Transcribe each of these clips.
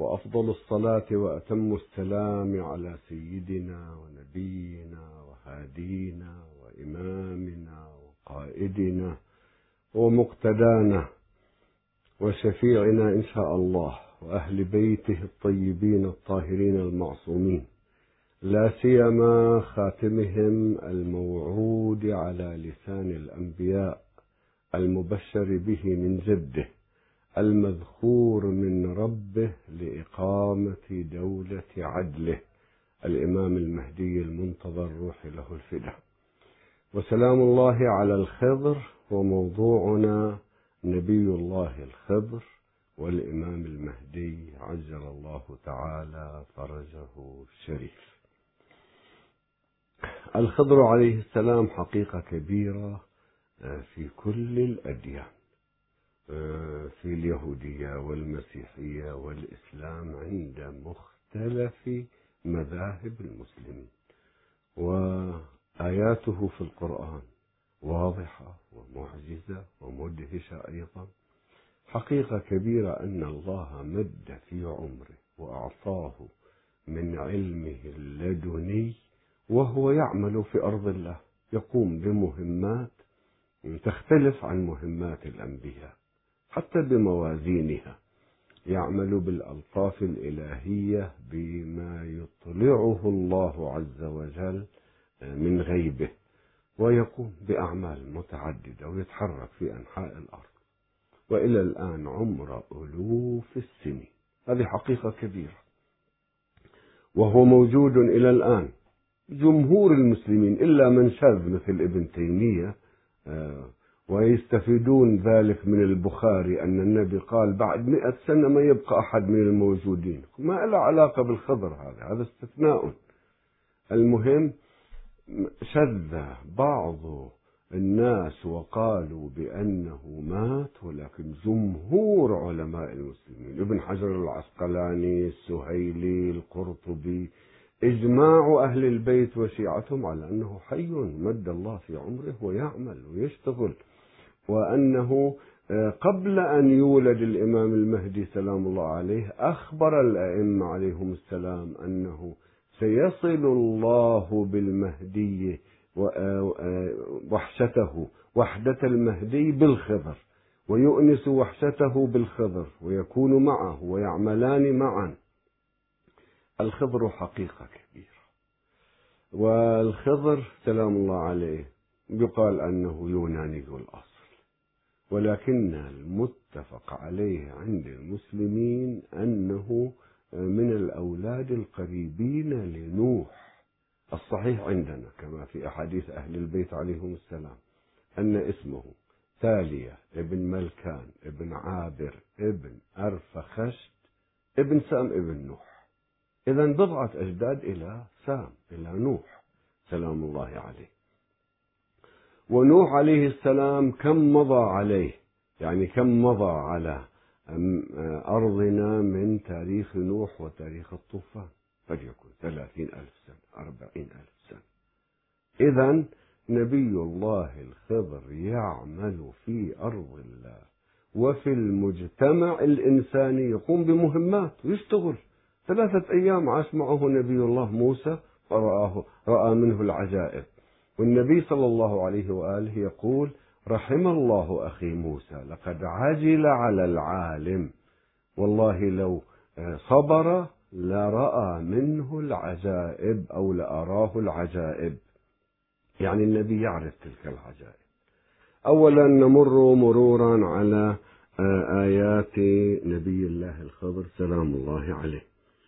وأفضل الصلاة وأتم السلام على سيدنا ونبينا وهادينا وإمامنا وقائدنا ومقتدانا وشفيعنا إن شاء الله، وأهل بيته الطيبين الطاهرين المعصومين، لا سيما خاتمهم الموعود على لسان الأنبياء المبشر به من جده المذخور من ربه لإقامة دولة عدله، الإمام المهدي المنتظر روح له الفداء. وسلام الله على الخضر، وموضوعنا نبي الله الخضر والإمام المهدي عجل الله تعالى فرجه الشريف. الخضر عليه السلام حقيقة كبيرة في كل الأديان، في اليهودية والمسيحية والإسلام عند مختلف مذاهب المسلمين، وآياته في القرآن واضحة ومعجزة ومدهشة أيضا. حقيقة كبيرة أن الله مد في عمره وأعطاه من علمه اللدني وهو يعمل في أرض الله، يقوم بمهمات تختلف عن مهمات الأنبياء حتى بموازينها، يعمل بالألطاف الإلهية بما يطلعه الله عز وجل من غيبه، ويقوم بأعمال متعددة ويتحرك في أنحاء الأرض، وإلى الآن عمر ألوف السنين. هذه حقيقة كبيرة، وهو موجود إلى الآن. جمهور المسلمين إلا من شاذ مثل ابن تيمية ويستفيدون ذلك من البخاري أن النبي قال بعد 100 سنة ما يبقى أحد من الموجودين، ما له علاقة بالخضر، هذا استثناء. المهم شذ بعض الناس وقالوا بأنه مات، ولكن جمهور علماء المسلمين ابن حجر العسقلاني، السهيلي، القرطبي، إجماع أهل البيت وشيعتهم على أنه حي مد الله في عمره ويعمل ويشتغل، وأنه قبل أن يولد الإمام المهدي سلام الله عليه أخبر الأئمة عليهم السلام أنه سيصل الله بالمهدي وحدة المهدي بالخضر، ويؤنس وحشته بالخضر ويكون معه ويعملان معا. الخضر حقيقة كبيرة، والخضر سلام الله عليه يقال أنه يوناني الأصل، ولكن المتفق عليه عند المسلمين أنه من الأولاد القريبين لنوح. الصحيح عندنا كما في أحاديث أهل البيت عليهم السلام أن اسمه تالية ابن ملكان ابن عابر ابن أرفخشت ابن سام ابن نوح. إذن بضعة أجداد إلى سام إلى نوح سلام الله عليه. ونوح عليه السلام كم مضى عليه، يعني كم مضى على أرضنا من تاريخ نوح وتاريخ الطوفان؟ قد يكون 30,000 سنة 40,000 سنة. إذن نبي الله الخضر يعمل في أرض الله وفي المجتمع الإنساني، يقوم بمهمات ويشتغل. 3 أيام عاش معه نبي الله موسى رأى منه العجائب، والنبي صلى الله عليه وآله يقول رحم الله أخي موسى لقد عجل على العالم، والله لو صبر لرأى منه العجائب أو لأراه العجائب. يعني النبي يعرف تلك العجائب. أولا نمر مرورا على آيات نبي الله الخضر سلام الله عليه.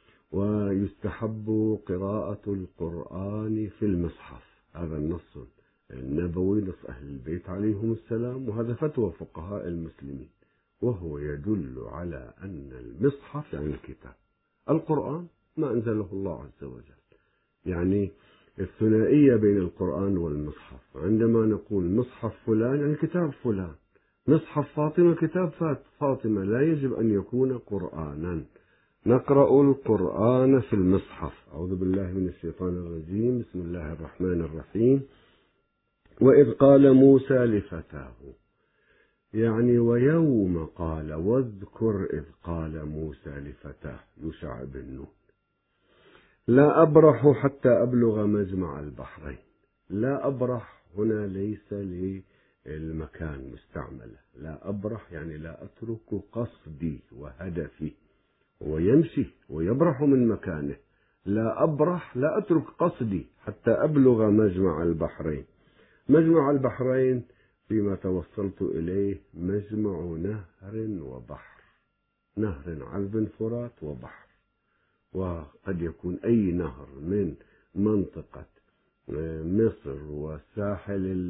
ويستحب قراءة القرآن في المصحف، هذا النص النبوي نص أهل البيت عليهم السلام، وهذا فتوى فقهاء المسلمين، وهو يدل على أن المصحف يعني الكتاب، القرآن ما أنزله الله عز وجل، يعني الثنائية بين القرآن والمصحف. عندما نقول مصحف فلان يعني كتاب فلان، مصحف فاطمة كتاب فاطمة، لا يجب أن يكون قرآنا. نقرأ القرآن في المصحف. أعوذ بالله من الشيطان الرجيم، بسم الله الرحمن الرحيم. وإذ قال موسى لفتاه، يعني ويوم قال واذكر إذ قال موسى لفتاه يوشع بن نون لا أبرح حتى أبلغ مجمع البحرين. لا أبرح هنا ليس للمكان مستعملة، لا أبرح يعني لا أترك قصدي وهدفي، ويمشي ويبرح من مكانه. لا أبرح لا أترك قصدي حتى أبلغ مجمع البحرين. مجمع البحرين فيما توصلت إليه مجمع نهر وبحر، نهر عذب فرات وبحر، وقد يكون أي نهر من منطقة مصر وساحل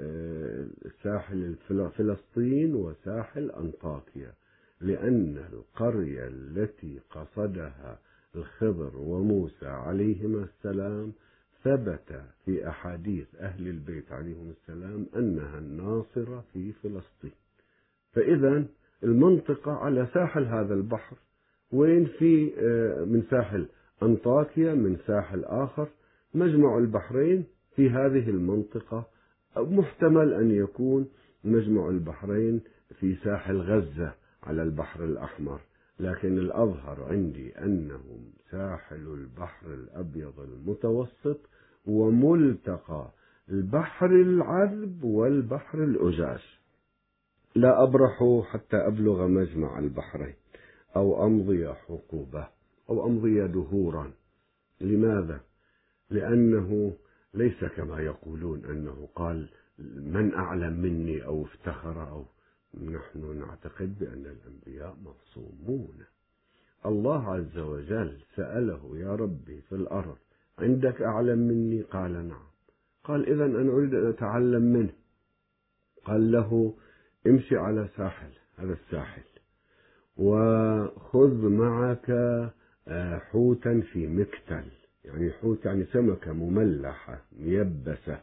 فلسطين وساحل أنطاكيا، لأن القرية التي قصدها الخضر وموسى عليهما السلام ثبت في أحاديث أهل البيت عليهم السلام أنها الناصرة في فلسطين. فإذا المنطقة على ساحل هذا البحر، وين في من ساحل أنطاكيا من ساحل آخر، مجمع البحرين في هذه المنطقة. محتمل أن يكون مجمع البحرين في ساحل غزة على البحر الأحمر، لكن الأظهر عندي أنه ساحل البحر الأبيض المتوسط وملتقى البحر العذب والبحر الأجاج. لا أبرح حتى أبلغ مجمع البحرين أو أمضي حقوبة أو أمضي دهورا. لماذا؟ لأنه ليس كما يقولون أنه قال من أعلم مني أو افتخر، أو نحن نعتقد بأن الأنبياء معصومون. الله عز وجل سأله يا ربي في الأرض عندك أعلم مني؟ قال نعم. قال إذن أنا أريد أن أتعلم منه. قال له امشي على ساحل هذا الساحل وخذ معك حوتا في مكتل، يعني حوت يعني سمكة مملحة ميبسة،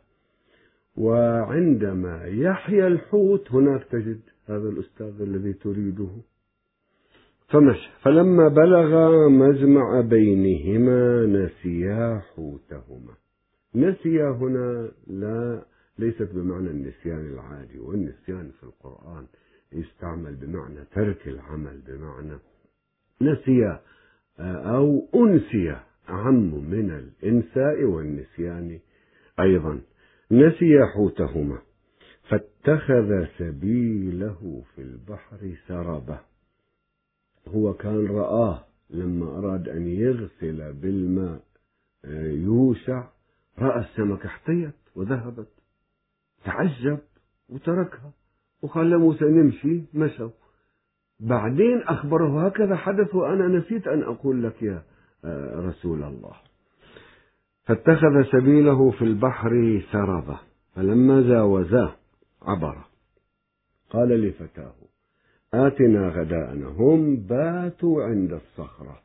وعندما يحيا الحوت هناك تجد هذا الأستاذ الذي تريده. فمشى، فلما بلغ مجمع بينهما نسيا حوتهما. نسيا هنا ليست بمعنى النسيان العادي، والنسيان في القرآن يستعمل بمعنى ترك العمل، بمعنى نسيا أو أنسيا أعم من الإنساء والنسيان أيضا. نسيا حوتهما فاتخذ سبيله في البحر سربا. هو كان رآه لما أراد أن يغسل بالماء يوشع، رأى السمكة احتيت وذهبت، تعجب وتركها وقال لموسى نمشي، مشوا. بعدين أخبره هكذا حدث وأنا نسيت أن أقول لك يا رسول الله. فاتخذ سبيله في البحر سربا فلما جاوزاه عبر قال لفتاه آتنا غداءنا. هم باتوا عند الصخرة،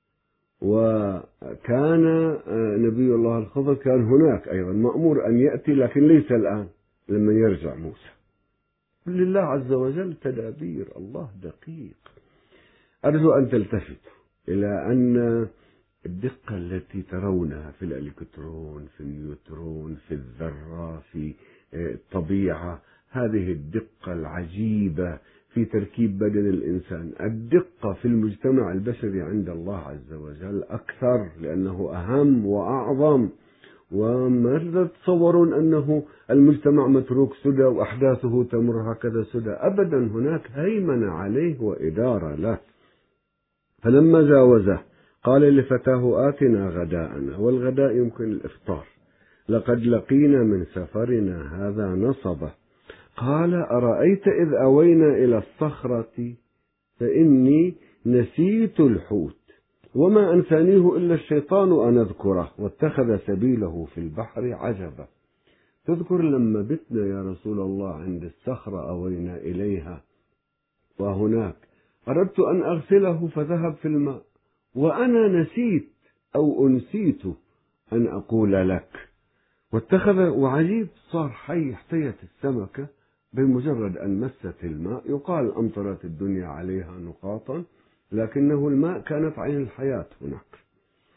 وكان نبي الله الخضر كان هناك أيضا مأمور أن يأتي، لكن ليس الآن لما يرجع موسى. لله عز وجل تدابير، الله دقيق. أرجو أن تلتفتوا إلى أن الدقة التي ترونها في الإلكترون، في النيوترون، في الذرة، في الطبيعة، هذه الدقة العجيبة في تركيب بدن الإنسان، الدقة في المجتمع البشري عند الله عز وجل أكثر، لأنه أهم وأعظم. وما تتصورون أنه المجتمع متروك سدى وأحداثه تمر هكذا سدى، أبدا، هناك هيمنة عليه وإدارة له. فلما جاوزه قال لفتاه آتنا غداءنا، والغداء يمكن الإفطار، لقد لقينا من سفرنا هذا نصبه. قال أرأيت إذ أوينا إلى الصخرة فإني نسيت الحوت وما أنسانيه إلا الشيطان أن أذكره واتخذ سبيله في البحر عجبا. تذكر لما بتنا يا رسول الله عند الصخرة أوينا إليها، وهناك أردت أن أغسله فذهب في الماء، وأنا نسيت أو أنسيت أن أقول لك. واتخذ، وعجيب صار حي، احتيت السمكة بمجرد أن مست الماء. يقال أمطرت الدنيا عليها نقاطا، لكنه الماء كانت عين الحياة هناك.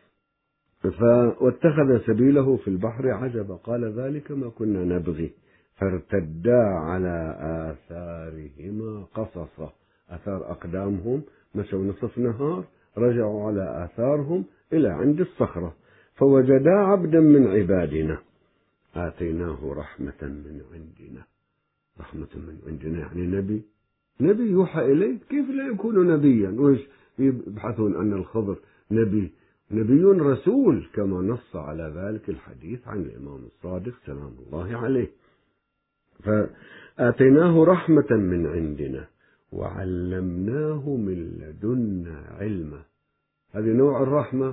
واتخذ سبيله في البحر عجبا قال ذلك ما كنا نبغي فارتدا على آثارهما قصصا، أثار أقدامهم، مشوا نصف نهار رجعوا على آثارهم إلى عند الصخرة، فوجدا عبدا من عبادنا آتيناه رحمة من عندنا. رحمة من عندنا يعني نبي يوحى إليه، كيف لا يكون نبيا؟ وإيش يبحثون أن الخضر نبي رسول، كما نص على ذلك الحديث عن الإمام الصادق سلام الله عليه. فآتيناه رحمة من عندنا وعلمناه من لدنا علما. هذه نوع الرحمة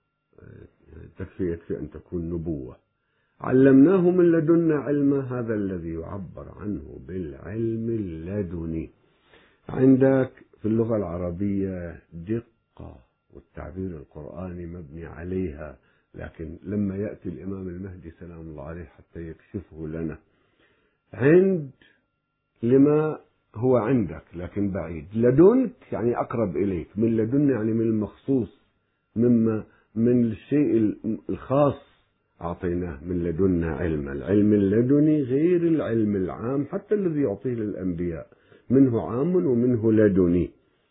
يكفي أن تكون نبوة. علمناه من لدنا علما، هذا الذي يعبر عنه بالعلم اللدني. عندك في اللغة العربية دقة، والتعبير القرآني مبني عليها، لكن لما يأتي الإمام المهدي سلام الله عليه حتى يكشفه لنا، عند لما هو عندك لكن بعيد، لدنك يعني أقرب إليك، من لدن يعني من المخصوص، من الشيء الخاص أعطيناه من لدنا علما. العلم اللدني غير العلم العام حتى الذي يعطيه للأنبياء، منه عام ومنه لدني.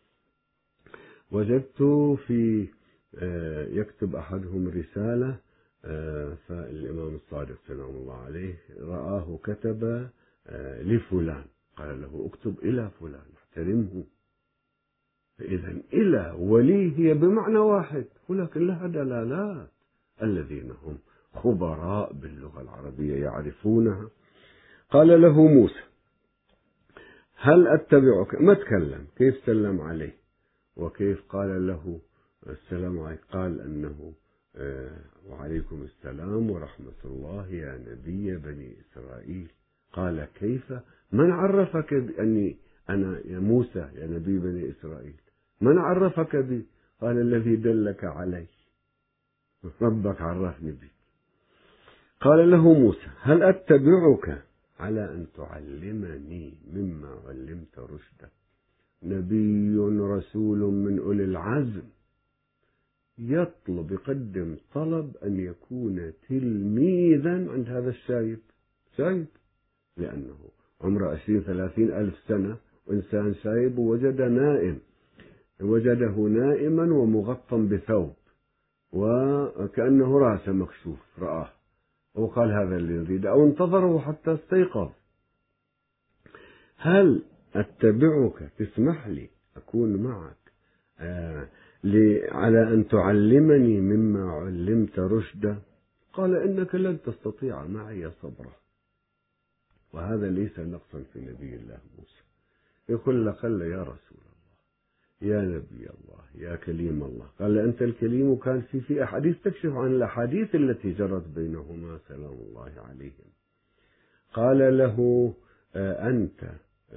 وجدت في يكتب أحدهم رسالة، فالإمام الصادق سلام الله عليه رآه كتب لفلان، قال له اكتب إلى فلان احترمه. فإذا إلى ولي هي بمعنى واحد، ولكن لها دلالات. الذين هم خبراء باللغة العربية يعرفونها. قال له موسى هل أتبعك، ما تكلم، كيف سلم عليه وكيف قال له السلام عليك، قال أنه وعليكم السلام ورحمة الله يا نبي بني إسرائيل. قال كيف، من عرفك بأني أنا يا موسى يا نبي بني إسرائيل، من عرفك بي؟ قال الذي دلك علي، ربك عرفني بي. قال له موسى هل أتبعك على أن تعلمني مما علمت رشدا. نبي رسول من أولي العزم يطلب، يقدم طلب أن يكون تلميذا عند هذا الشايب، شايب لأنه عمره 20-30 ألف سنة، وإنسان شايب، وجده نائما ومغطى بثوب وكأنه رأسه مكشوف، رآه وقال هذا اللي يريد، أو انتظره حتى استيقظ. هل أتبعك، تسمح لي أكون معك على أن تعلمني مما علمت رشدا؟ قال إنك لن تستطيع معي صبرا. وهذا ليس نقصا في نبي الله موسى، يقول قال يا رسول الله يا نبي الله يا كليم الله، قال أنت الكليم. وكان في أحاديث تكشف عن الأحاديث التي جرت بينهما سلام الله عليهم. قال له أنت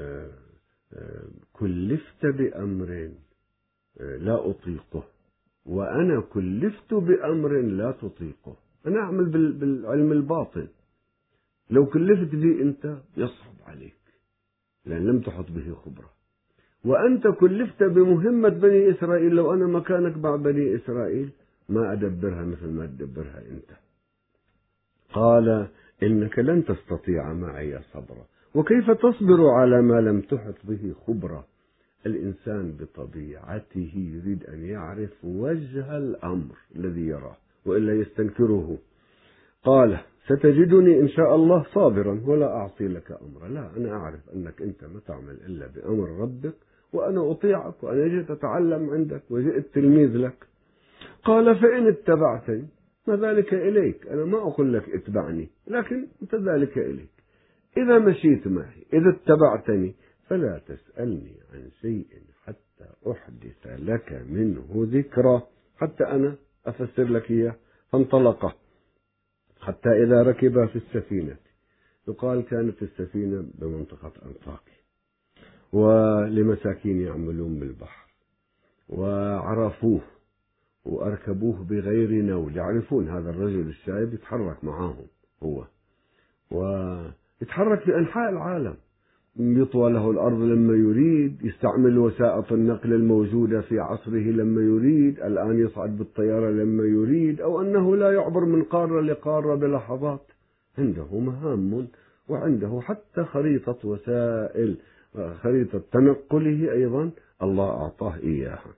كلفت بأمر لا أطيقه، وأنا كلفت بأمر لا تطيقه. أنا أعمل بالعلم الباطن، لو كلفت به أنت يصعب عليك لأن لم تحط به خبرة. وأنت كلفت بمهمة بني إسرائيل، لو أنا مكانك مع بني إسرائيل ما أدبرها مثل ما تدبرها أنت. قال إنك لن تستطيع معي صبرا. وكيف تصبر على ما لم تحط به خبرة؟ الإنسان بطبيعته يريد أن يعرف وجه الأمر الذي يراه وإلا يستنكره. قال ستجدني إن شاء الله صابرا ولا أعصي لك أمرا. لا، أنا أعرف أنك أنت ما تعمل إلا بأمر ربك، وأنا أطيعك، وأنا جئت أتعلم عندك وجئت تلميذ لك. قال فإن اتبعتني ما ذلك إليك، أنا ما أقول لك اتبعني، لكن أنت ذلك إليك. إذا مشيت معي، إذا اتبعتني، فلا تسألني عن شيء حتى أحدث لك منه ذكرى، حتى أنا أفسر لك إياه. فانطلق حتى إذا ركب في السفينة، يقال كانت السفينة بمنطقة أنطاكيا، ولمساكين يعملون بالبحر، وعرفوه وأركبوه بغير نول، يعرفون هذا الرجل الشايب يتحرك معاهم هو، ويتحرك في أنحاء العالم، يطوى له الأرض لما يريد، يستعمل وسائط النقل الموجودة في عصره لما يريد، الآن يصعد بالطيارة لما يريد، أو أنه لا يعبر من قارة لقارة بلحظات. عنده مهام وعنده حتى خريطة وسائل، خريطة تنقله أيضا الله أعطاه إياها.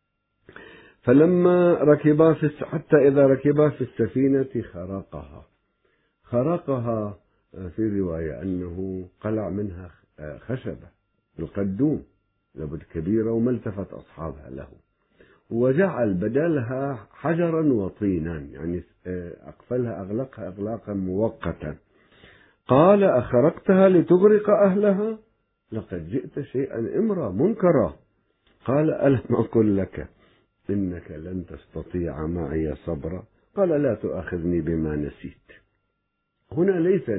فلما ركبا حتى إذا ركبا في السفينة خرقها في رواية أنه قلع منها خشبة القدوم لابد كبيرة وما التفت أصحابها له، وجعل بدلها حجرا وطينا، يعني أغلقها إغلاقا مؤقتا. قال أخرقتها لتغرق أهلها؟ لقد جئت شيئا إمرا منكرا. قال ألم أقل لك إنك لن تستطيع معي صبرا؟ قال لا تؤاخذني بما نسيت. هنا ليس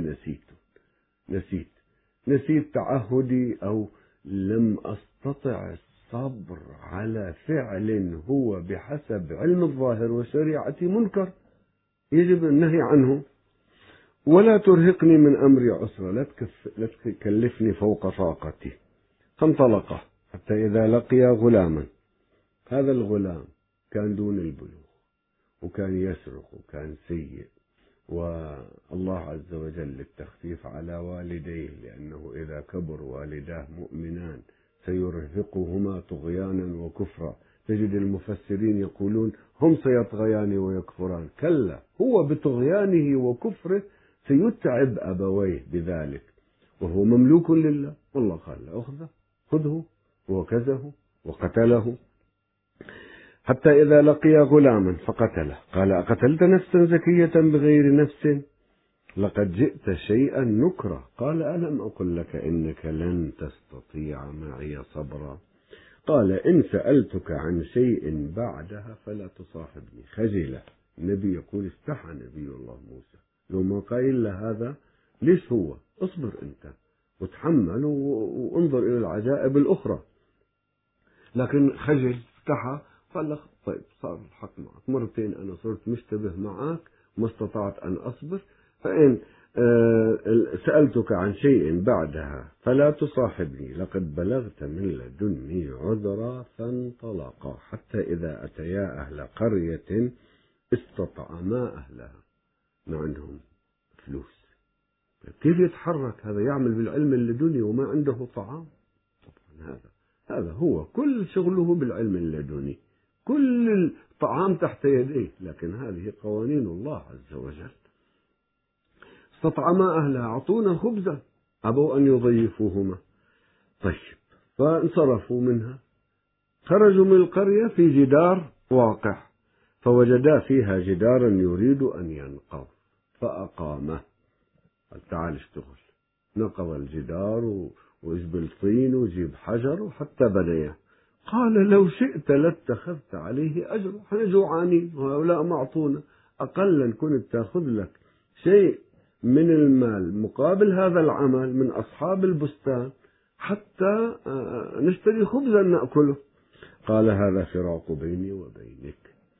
نسيت تعهدي، أو لم أستطع الصبر على فعل هو بحسب علم الظاهر وشريعتي منكر يجب النهي عنه. ولا ترهقني من أمري عسرا، لا تكلفني فوق طاقتي. فانطلقا حتى إذا لقيا غلاما. هذا الغلام كان دون البلوغ وكان يسرق وكان سيء، والله عز وجل للتخفيف على والديه، لأنه إذا كبر والداه مؤمنان سيرهقهما طغيانا وكفرا. تجد المفسرين يقولون هم سيطغيان ويكفران، كلا، هو بطغيانه وكفره سيتعب أبويه بذلك، وهو مملوك لله، والله قال له خذه وكزه وقتله. حتى إذا لقي غلاما فقتله قال أقتلت نفسا زكية بغير نفس؟ لقد جئت شيئا نكرا. قال ألم أقل لك إنك لن تستطيع معي صبرا؟ قال إن سألتك عن شيء بعدها فلا تصاحبني. خجلة النبي، يقول استحى نبي الله موسى، لو ما قايل له هذا ليش هو؟ اصبر أنت وتحمل وانظر إلى العجائب الأخرى. لكن خجل استحى، قال له طيب صار الحق معك مرتين، أنا صرت مشتبه معك ما استطعت أن أصبر، فإن سألتك عن شيء بعدها فلا تصاحبني، لقد بلغت من لدني عذرا. فانطلقا حتى إذا أتيا أهل قرية استطعما أهلها. ما عندهم فلوس، كيف يتحرك هذا؟ يعمل بالعلم اللدني وما عنده طعام. طبعا هذا هو كل شغله بالعلم اللدني، كل الطعام تحت يديه، لكن هذه قوانين الله عز وجل. استطعما أهلها أعطونا خبزا، أبوا أن يضيفوهما. طيب، فانصرفوا منها. خرجوا من القرية في جدار واقع، فوجدا فيها جدارا يريد أن ينقض فأقامه. قال تعال اشتغل. نقض الجدار ويجيب طين ويجيب حجر وحتى بنيه. قال لو شئت لاتخذت عليه أجر، احنا جوعانين وهؤلاء معطونا، أقلا كنت تأخذ لك شيء من المال مقابل هذا العمل من أصحاب البستان حتى نشتري خبزا نأكله. قال هذا فراق بيني وبينك،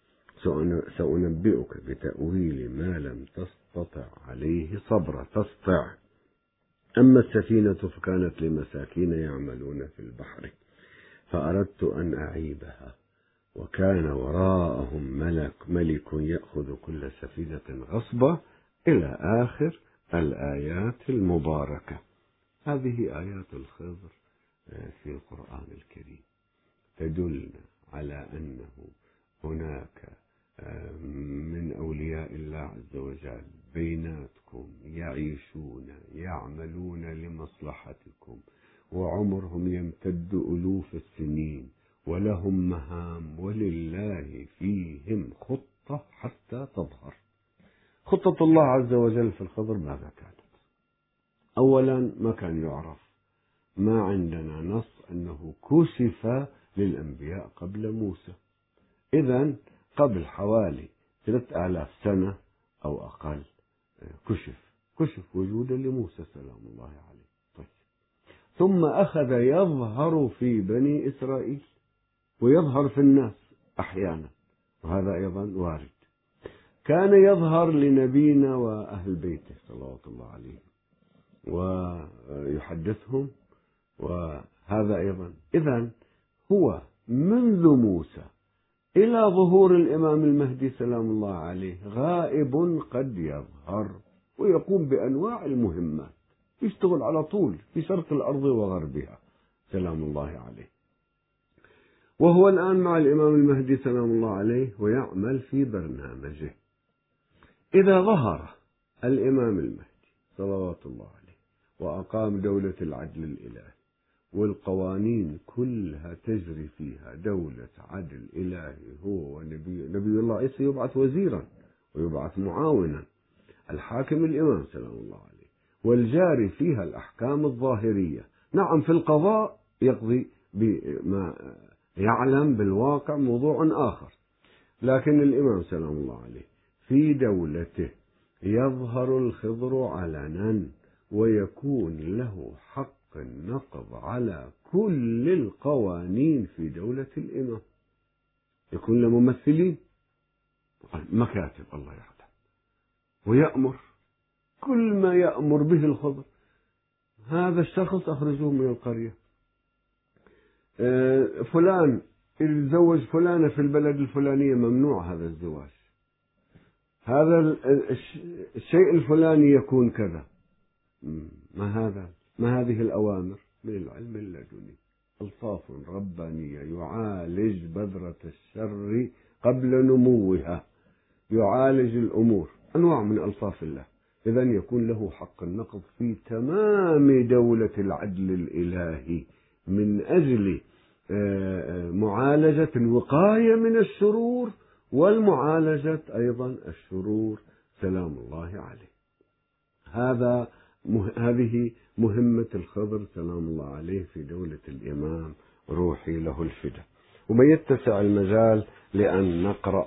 سأنبئك بتأويل ما لم تستطع عليه صبرا. تستطع. أما السفينة فكانت لمساكين يعملون في البحر فأردت أن أعيبها، وكان وراءهم ملك يأخذ كل سفينة غصبا، إلى آخر الآيات المباركة. هذه آيات الخضر في القرآن الكريم تدلنا على أنه هناك من أولياء الله عز وجل بيناتكم يعيشون يعملون لمصلحتكم، وعمرهم يمتد ألوف السنين، ولهم مهام، ولله فيهم خطة حتى تظهر. خطة الله عز وجل في الخضر ماذا كانت؟ أولا ما كان يعرف، ما عندنا نص أنه كشف للأنبياء قبل موسى، إذن قبل حوالي 3000 سنة أو أقل كشف وجودا لموسى سلام الله عليه. طيب. ثم أخذ يظهر في بني إسرائيل ويظهر في الناس أحيانا، وهذا أيضا وارد. كان يظهر لنبينا وأهل بيته صلوات الله عليه ويحدثهم، وهذا أيضا. إذن هو منذ موسى إلى ظهور الإمام المهدي سلام الله عليه غائب قد يظهر ويقوم بأنواع المهمات. يشتغل على طول في شرق الأرض وغربها سلام الله عليه. وهو الآن مع الإمام المهدي سلام الله عليه ويعمل في برنامجه. إذا ظهر الإمام المهدي صلوات الله عليه وأقام دولة العدل الإلهي والقوانين كلها تجري فيها دولة عدل إلهي، هو ونبي الله عيسى يبعث وزيرا ويبعث معاونا، الحاكم الإمام سلام الله عليه، والجاري فيها الأحكام الظاهرية. نعم في القضاء يقضي بما يعلم بالواقع موضوع آخر، لكن الإمام سلام الله عليه في دولته يظهر الخضر علنا ويكون له حق النقض على كل القوانين في دولة الإمام. يكون له ممثلين، مكاتب الله يرحمه، ويأمر كل ما يأمر به الخضر. هذا الشخص أخرجوه من القرية، فلان يتزوج فلانة في البلد الفلانية ممنوع هذا الزواج، هذا الشيء الفلاني يكون كذا. ما هذه الأوامر من العلم اللدني، ألطاف ربانية يعالج بذرة الشر قبل نموها، يعالج الأمور، أنواع من ألطاف الله. إذن يكون له حق النقض في تمام دولة العدل الإلهي من أجل معالجة الوقاية من الشرور والمعالجة أيضا الشرور سلام الله عليه. هذه مهمة الخضر سلام الله عليه في دولة الإمام، روحي له الفدا. وما يتسع المجال لأن نقرأ.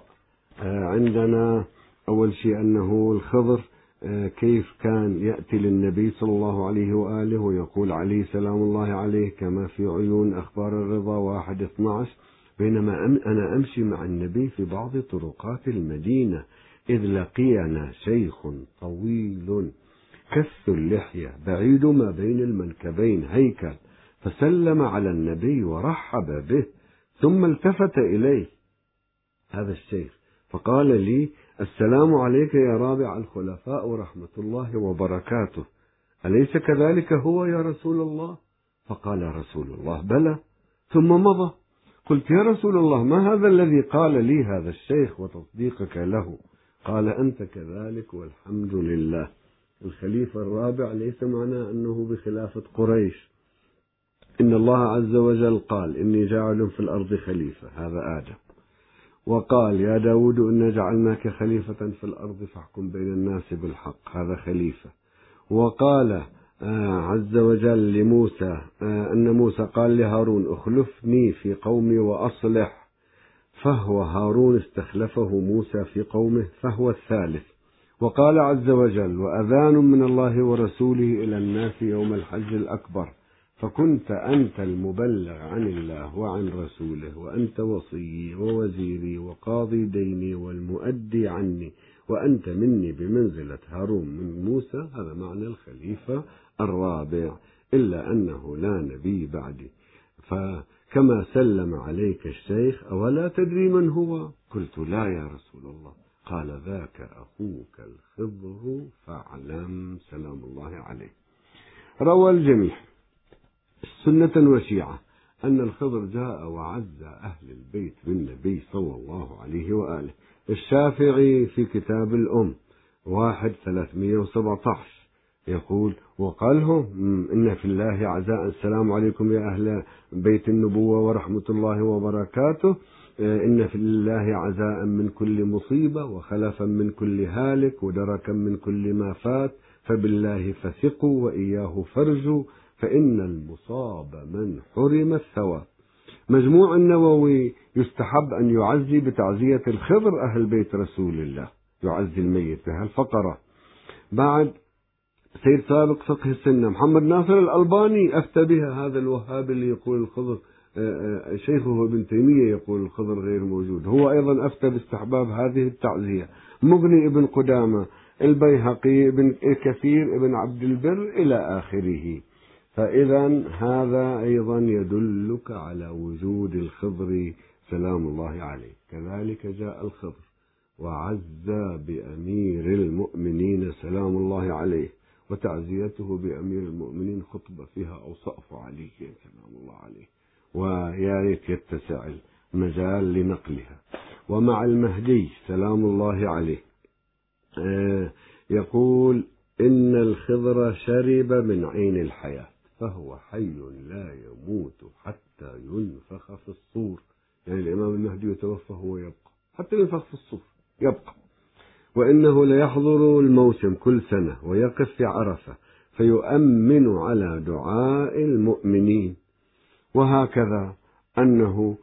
عندنا أول شيء أنه الخضر كيف كان يأتي للنبي صلى الله عليه وآله ويقول عليه سلام الله عليه كما في عيون أخبار الرضا 1:12: بينما أنا أمشي مع النبي في بعض طرقات المدينة إذ لقينا شيخ طويل كث اللحية بعيد ما بين المنكبين هيكل، فسلم على النبي ورحب به، ثم التفت إليه هذا الشيخ فقال لي: السلام عليك يا رابع الخلفاء ورحمة الله وبركاته، أليس كذلك هو يا رسول الله؟ فقال رسول الله: بلى. ثم مضى. قلت: يا رسول الله، ما هذا الذي قال لي هذا الشيخ وتصديقك له؟ قال: أنت كذلك والحمد لله. الخليفة الرابع ليس معناه أنه بخلافة قريش، إن الله عز وجل قال: إني جاعل في الأرض خليفة، هذا آدم، وقال: يا داود إنا جعلناك خليفة في الأرض فاحكم بين الناس بالحق، هذا خليفة. وقال عز وجل لموسى أن موسى قال لهارون: اخلفني في قومي وأصلح، فهو هارون استخلفه موسى في قومه فهو الثالث. وقال عز وجل: وأذان من الله ورسوله إلى الناس يوم الحج الأكبر، فكنت أنت المبلغ عن الله وعن رسوله، وأنت وصيي ووزيري وقاضي ديني والمؤدي عني، وأنت مني بمنزلة هارون من موسى. هذا معنى الخليفة الرابع، إلا أنه لا نبي بعدي. فكما سلم عليك الشيخ أولا تدري من هو؟ قلت: لا يا رسول الله. قال: ذاك أخوك الخضر فاعلم سلام الله عليه. روى الجميع سنة وشيعة أن الخضر جاء وعز أهل البيت بالنبي صلى الله عليه وآله. الشافعي في كتاب الأم 1:317 يقول: وقاله إن في الله عزاء، السلام عليكم يا أهل بيت النبوة ورحمة الله وبركاته، إن في الله عزاء من كل مصيبة وخلفا من كل هالك ودركا من كل ما فات، فبالله فثقوا وإياه فرجوا، فإن المصاب من حرم الثواب. مجموع النووي يستحب أن يعزي بتعزية الخضر أهل بيت رسول الله، يعزي الميت بهالفقرة. بعد سيد سابق فقه السنة محمد ناصر الألباني أفتى بها. هذا الوهابي اللي يقول الخضر شيخه ابن تيمية يقول الخضر غير موجود، هو أيضا أفتى باستحباب هذه التعزية. مغني ابن قدامة، البيهقي، ابن كثير، ابن عبد البر إلى آخره. فإذا هذا أيضا يدلك على وجود الخضر سلام الله عليه. كذلك جاء الخضر وعز بأمير المؤمنين سلام الله عليه، وتعزيته بأمير المؤمنين خطبة فيها أوصاف علي سلام الله عليه، ويا ريت يتسع المجال لنقلها. ومع المهدي سلام الله عليه يقول إن الخضر شرب من عين الحياة فهو حي لا يموت حتى ينفخ في الصور. يعني الإمام المهدي يتوفى هو يبقى حتى ينفخ في الصور يبقى. وإنه ليحضر الموسم كل سنة ويقف في عرفة فيؤمن على دعاء المؤمنين. وهكذا أنه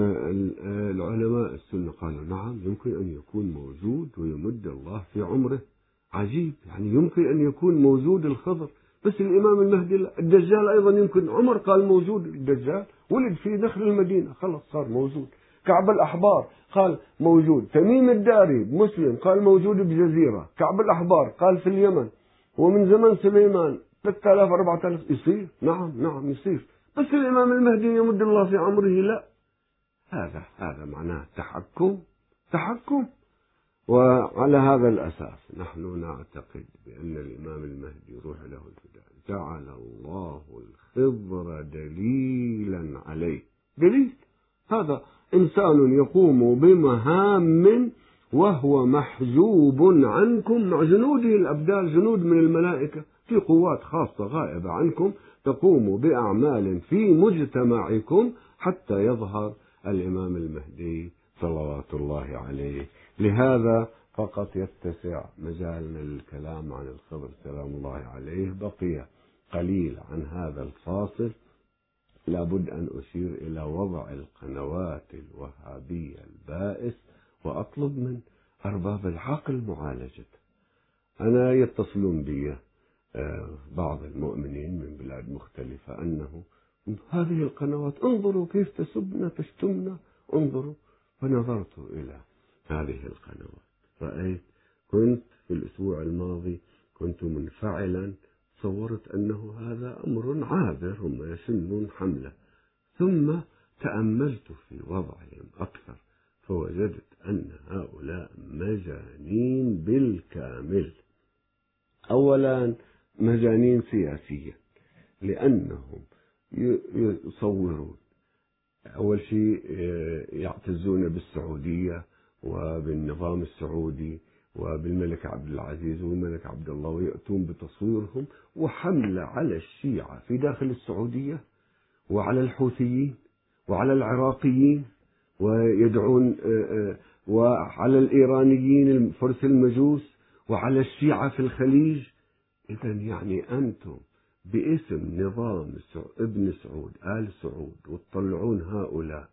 العلماء السنة قالوا نعم يمكن أن يكون موجود ويمد الله في عمره. عجيب، يعني يمكن أن يكون موجود الخضر بس الإمام المهدي لا. الدجال أيضا يمكن، عمر قال موجود الدجال، ولد في داخل المدينة خلص صار موجود. كعب الأحبار قال موجود. تميم الداري مسلم قال موجود بجزيرة. كعب الأحبار قال في اليمن. ومن زمن سليمان 3000 4000 يصير. نعم يصير، بس الإمام المهدي يمد الله في عمره لا. هذا معناه تحكم. وعلى هذا الأساس نحن نعتقد بأن الإمام المهدي روح له الفداء جعل الله الخضر دليلا عليه. دليل، هذا إنسان يقوم بمهام وهو محجوب عنكم مع جنوده الأبدال، جنود من الملائكة في قوات خاصة غائبة عنكم تقوم بأعمال في مجتمعكم حتى يظهر الإمام المهدي صلوات الله عليه. لهذا فقط يتسع مجالنا للكلام عن الخضر سلام الله عليه. بقي قليل عن هذا الفاصل، لابد أن أشير إلى وضع القنوات الوهابية البائس وأطلب من أرباب العقل معالجته. أنا يتصلون بي بعض المؤمنين من بلاد مختلفة أنه هذه القنوات انظروا كيف تسبنا تشتمنا انظروا. فنظرت إلى هذه القنوات رأيت، كنت في الأسبوع الماضي كنت منفعلا، تصورت أنه هذا أمر عابر هم يشنون حملة، ثم تأملت في وضعهم أكثر فوجدت أن هؤلاء مجانين بالكامل. أولا مجانين سياسيا لأنهم يصورون أول شيء يعتزون بالسعودية وبالنظام السعودي وبالملك عبد العزيز والملك عبد الله، ويأتون بتصويرهم وحملة على الشيعة في داخل السعودية وعلى الحوثيين وعلى العراقيين، ويدعون وعلى الإيرانيين الفرس المجوس وعلى الشيعة في الخليج. إذن يعني أنتم باسم نظام ابن سعود آل سعود وتطلعون هؤلاء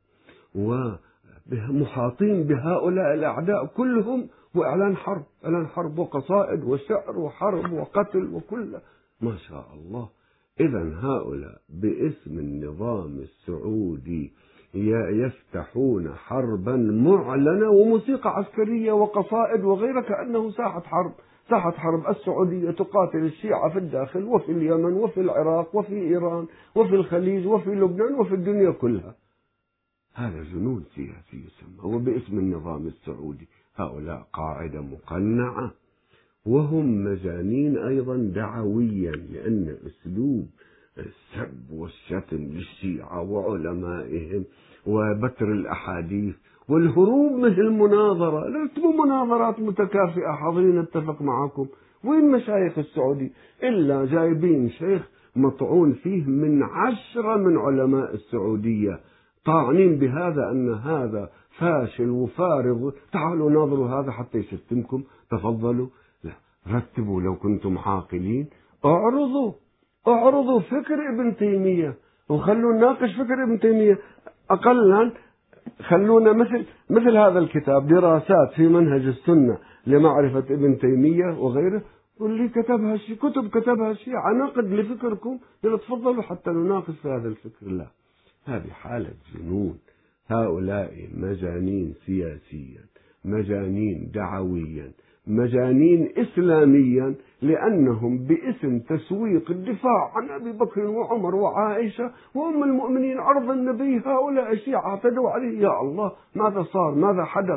ومحاطين بهؤلاء الأعداء كلهم، وإعلان حرب وقصائد وشعر وحرب وقتل وكله ما شاء الله. إذن هؤلاء باسم النظام السعودي يفتحون حربا معلنة وموسيقى عسكرية وقصائد وغيرها كأنه ساحة حرب. السعودية تقاتل الشيعة في الداخل وفي اليمن وفي العراق وفي إيران وفي الخليج وفي لبنان وفي الدنيا كلها. هذا جنون سياسي يسمى وباسم النظام السعودي. هؤلاء قاعدة مقنعة وهم مجانين أيضا دعويا، لأن أسلوب السب والشتم للشيعة وعلمائهم وبتر الأحاديث والهروب من المناظرة، لا تكون مناظرات متكافئة. حاضرين اتفق معكم، وين مشايخ السعودي إلا جايبين شيخ مطعون فيه من 10 من علماء السعودية طاعنين بهذا أن هذا فاشل وفارغ، تعالوا ناظروا هذا حتى يشتمكم، تفضلوا. لا، رتبوا لو كنتم عاقلين، اعرضوا فكر ابن تيمية وخلوا نناقش فكر ابن تيمية. أقلا خلونا مثل هذا الكتاب دراسات في منهج السنة لمعرفة ابن تيمية وغيره، واللي كتبها شيء كتب كتبها شيء عناقد لفكركم، يلا تفضلوا حتى نناقش في هذا الفكر. لا، هذه حالة جنون. هؤلاء مجانين سياسيا، مجانين دعويا، مجانين إسلاميا، لأنهم باسم تسويق الدفاع عن أبي بكر وعمر وعائشة وأم المؤمنين عرض النبي، هؤلاء الشيعة اعتدوا عليه. يا الله، ماذا صار؟ ماذا حدث؟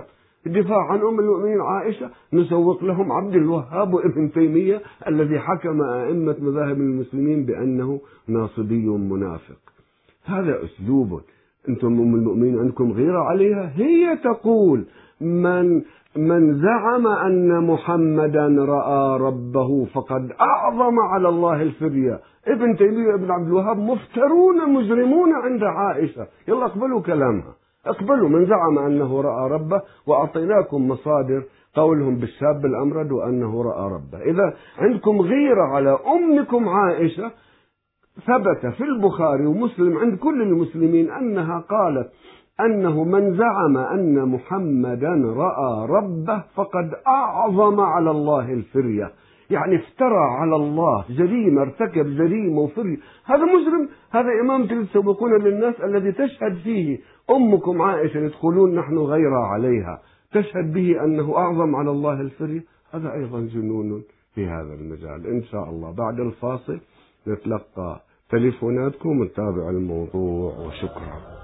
الدفاع عن أم المؤمنين عائشة نسوق لهم عبد الوهاب وابن تيمية الذي حكم أئمة مذاهب المسلمين بأنه ناصبي منافق. هذا أسلوب. أنتم أم المؤمنين عندكم غيرة عليها؟ هي تقول من زعم أن محمدا رأى ربه فقد أعظم على الله الفرية. ابن تيمية وابن عبد الوهاب مفترون مجرمون عند عائشة. يلا اقبلوا كلامها، اقبلوا من زعم أنه رأى ربه، وأعطيناكم مصادر قولهم بالشاب الأمرد وأنه رأى ربه. إذا عندكم غيرة على أمكم عائشة، ثبت في البخاري ومسلم عند كل المسلمين أنها قالت أنه من زعم أن محمدا رأى ربه فقد أعظم على الله الفرية، يعني افترى على الله جريمة، ارتكب جريمة وفرية. هذا مجرم، هذا إمام تسوقون للناس الذي تشهد فيه أمكم عائشة، يدخلون نحن غير عليها، تشهد به أنه أعظم على الله الفرية. هذا أيضا جنون في هذا المجال. إن شاء الله بعد الفاصل نتلقى تليفوناتكم ونتابع الموضوع، وشكرا.